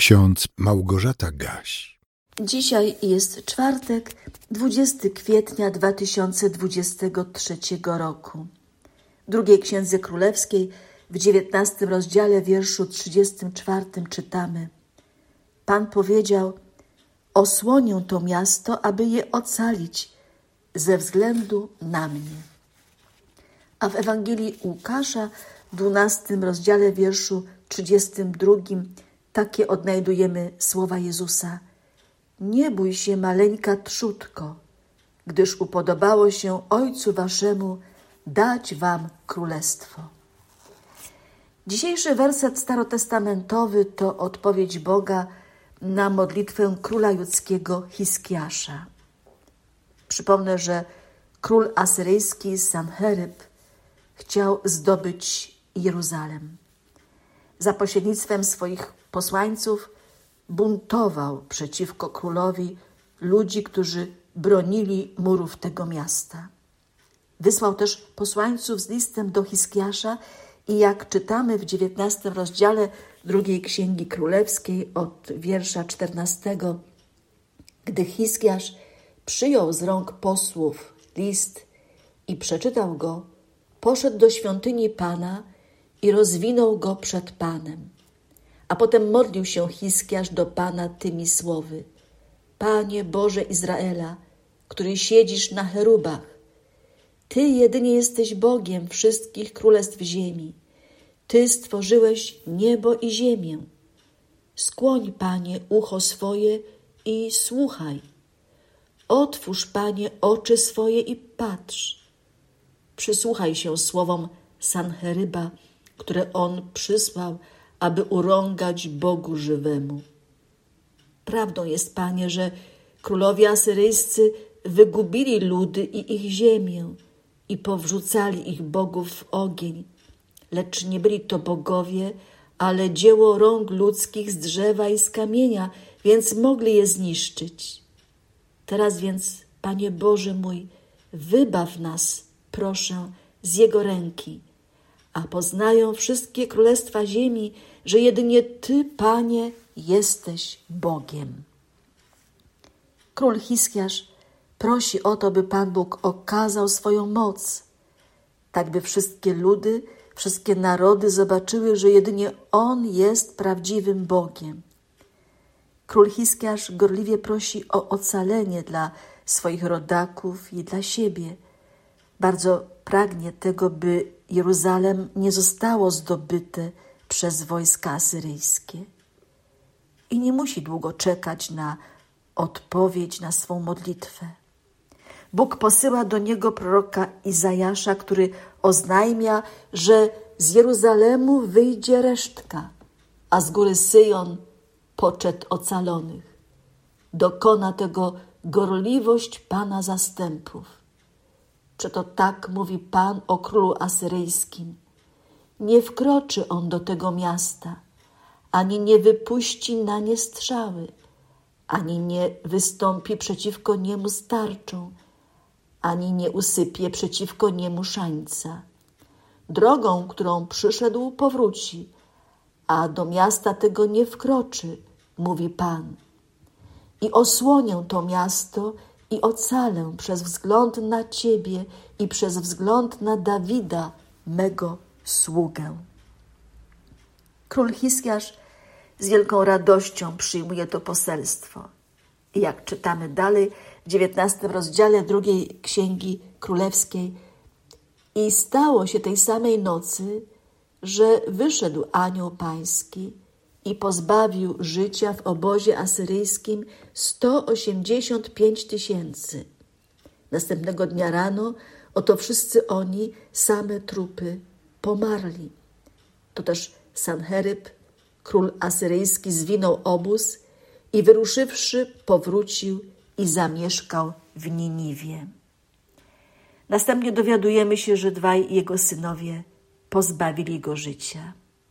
ksiądz Małgorzata Gaś. Dzisiaj jest czwartek, 20 kwietnia 2023 roku. W drugiej Księdze Królewskiej, w 19 rozdziale, wierszu 34 czytamy: Pan powiedział: osłonię to miasto, aby je ocalić ze względu na mnie. A w Ewangelii Łukasza, w 12 rozdziale, wierszu 32, takie odnajdujemy słowa Jezusa: nie bój się, maleńka trzódko, gdyż upodobało się Ojcu waszemu dać wam królestwo. Dzisiejszy werset starotestamentowy to odpowiedź Boga na modlitwę króla judzkiego Hiskiasza. Przypomnę, że król asyryjski Sancheryb chciał zdobyć Jeruzalem. Za pośrednictwem swoich posłańców buntował przeciwko królowi ludzi, którzy bronili murów tego miasta. Wysłał też posłańców z listem do Hiskiasza i jak czytamy w 19 rozdziale drugiej Księgi Królewskiej od wiersza 14, gdy Hiskiasz przyjął z rąk posłów list i przeczytał go, poszedł do świątyni Pana i rozwinął go przed Panem. A potem modlił się Hiskiasz do Pana tymi słowy: Panie Boże Izraela, który siedzisz na cherubach, Ty jedynie jesteś Bogiem wszystkich królestw ziemi. Ty stworzyłeś niebo i ziemię. Skłoń, Panie, ucho swoje i słuchaj. Otwórz, Panie, oczy swoje i patrz. Przysłuchaj się słowom Sancheryba, które on przysłał, aby urągać Bogu żywemu. Prawdą jest, Panie, że królowie asyryjscy wygubili ludy i ich ziemię i powrzucali ich bogów w ogień, lecz nie byli to bogowie, ale dzieło rąk ludzkich z drzewa i z kamienia, więc mogli je zniszczyć. Teraz więc, Panie Boże mój, wybaw nas, proszę, z Jego ręki, a poznają wszystkie królestwa ziemi, że jedynie Ty, Panie, jesteś Bogiem. Król Hiskiasz prosi o to, by Pan Bóg okazał swoją moc, tak by wszystkie ludy, wszystkie narody zobaczyły, że jedynie On jest prawdziwym Bogiem. Król Hiskiasz gorliwie prosi o ocalenie dla swoich rodaków i dla siebie. Bardzo pragnie tego, by Jeruzalem nie zostało zdobyte przez wojska asyryjskie. I nie musi długo czekać na odpowiedź na swą modlitwę. Bóg posyła do niego proroka Izajasza, który oznajmia, że z Jeruzalemu wyjdzie resztka, a z góry Syjon poczet ocalonych. Dokona tego gorliwość Pana zastępów. Przeto tak mówi Pan o królu asyryjskim: nie wkroczy on do tego miasta, ani nie wypuści na nie strzały, ani nie wystąpi przeciwko niemu z tarczą, ani nie usypie przeciwko niemu szańca. Drogą, którą przyszedł, powróci, a do miasta tego nie wkroczy, mówi Pan. I osłonię to miasto i ocalę przez wzgląd na Ciebie i przez wzgląd na Dawida, mego sługę. Król Hiskiasz z wielką radością przyjmuje to poselstwo. I jak czytamy dalej w 19 rozdziale drugiej Księgi Królewskiej: i stało się tej samej nocy, że wyszedł anioł pański i pozbawił życia w obozie asyryjskim 185 000. Następnego dnia rano oto wszyscy oni, same trupy, pomarli. To też Sancheryb, król asyryjski, zwinął obóz i wyruszywszy powrócił i zamieszkał w Niniwie. Następnie dowiadujemy się, że dwaj jego synowie pozbawili go życia.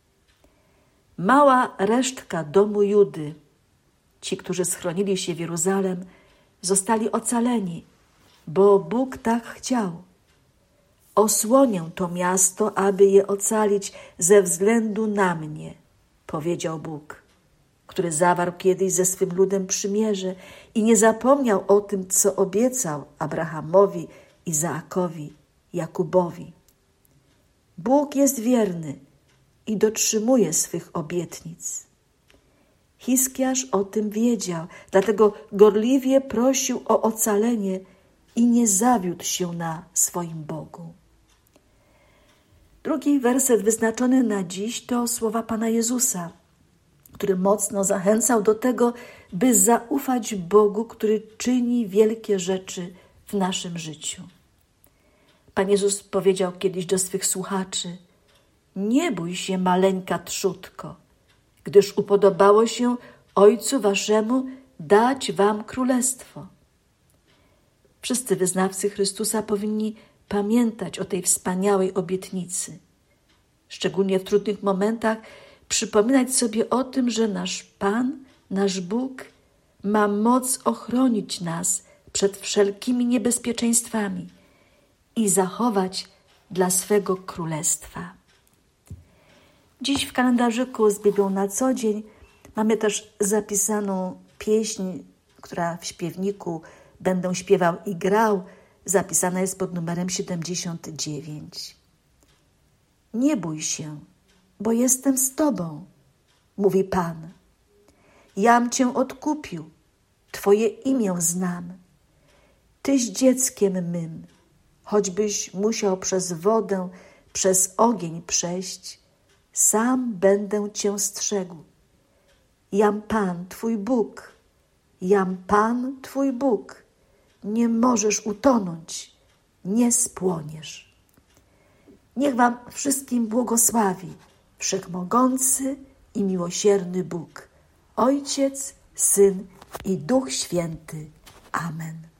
Mała resztka domu Judy, ci, którzy schronili się w Jeruzalem, zostali ocaleni, bo Bóg tak chciał. Osłonię to miasto, aby je ocalić ze względu na mnie, powiedział Bóg, który zawarł kiedyś ze swym ludem przymierze i nie zapomniał o tym, co obiecał Abrahamowi, Izaakowi, Jakubowi. Bóg jest wierny i dotrzymuje swych obietnic. Hiskiasz o tym wiedział, dlatego gorliwie prosił o ocalenie i nie zawiódł się na swoim Bogu. Drugi werset wyznaczony na dziś to słowa Pana Jezusa, który mocno zachęcał do tego, by zaufać Bogu, który czyni wielkie rzeczy w naszym życiu. Pan Jezus powiedział kiedyś do swych słuchaczy: nie bój się, maleńka trzódko, gdyż upodobało się Ojcu waszemu dać wam królestwo. Wszyscy wyznawcy Chrystusa powinni pamiętać o tej wspaniałej obietnicy. Szczególnie w trudnych momentach przypominać sobie o tym, że nasz Pan, nasz Bóg ma moc ochronić nas przed wszelkimi niebezpieczeństwami i zachować dla swego królestwa. Dziś w kalendarzyku z Biblią na co dzień mamy też zapisaną pieśń, która w śpiewniku Będę śpiewał i grał, zapisana jest pod numerem 79. Nie bój się, bo jestem z Tobą, mówi Pan. Jam Cię odkupił, Twoje imię znam. Tyś dzieckiem mym, choćbyś musiał przez wodę, przez ogień przejść, sam będę Cię strzegł. Jam Pan, Twój Bóg, jam Pan, Twój Bóg. Nie możesz utonąć, nie spłoniesz. Niech wam wszystkim błogosławi Wszechmogący i miłosierny Bóg, Ojciec, Syn i Duch Święty. Amen.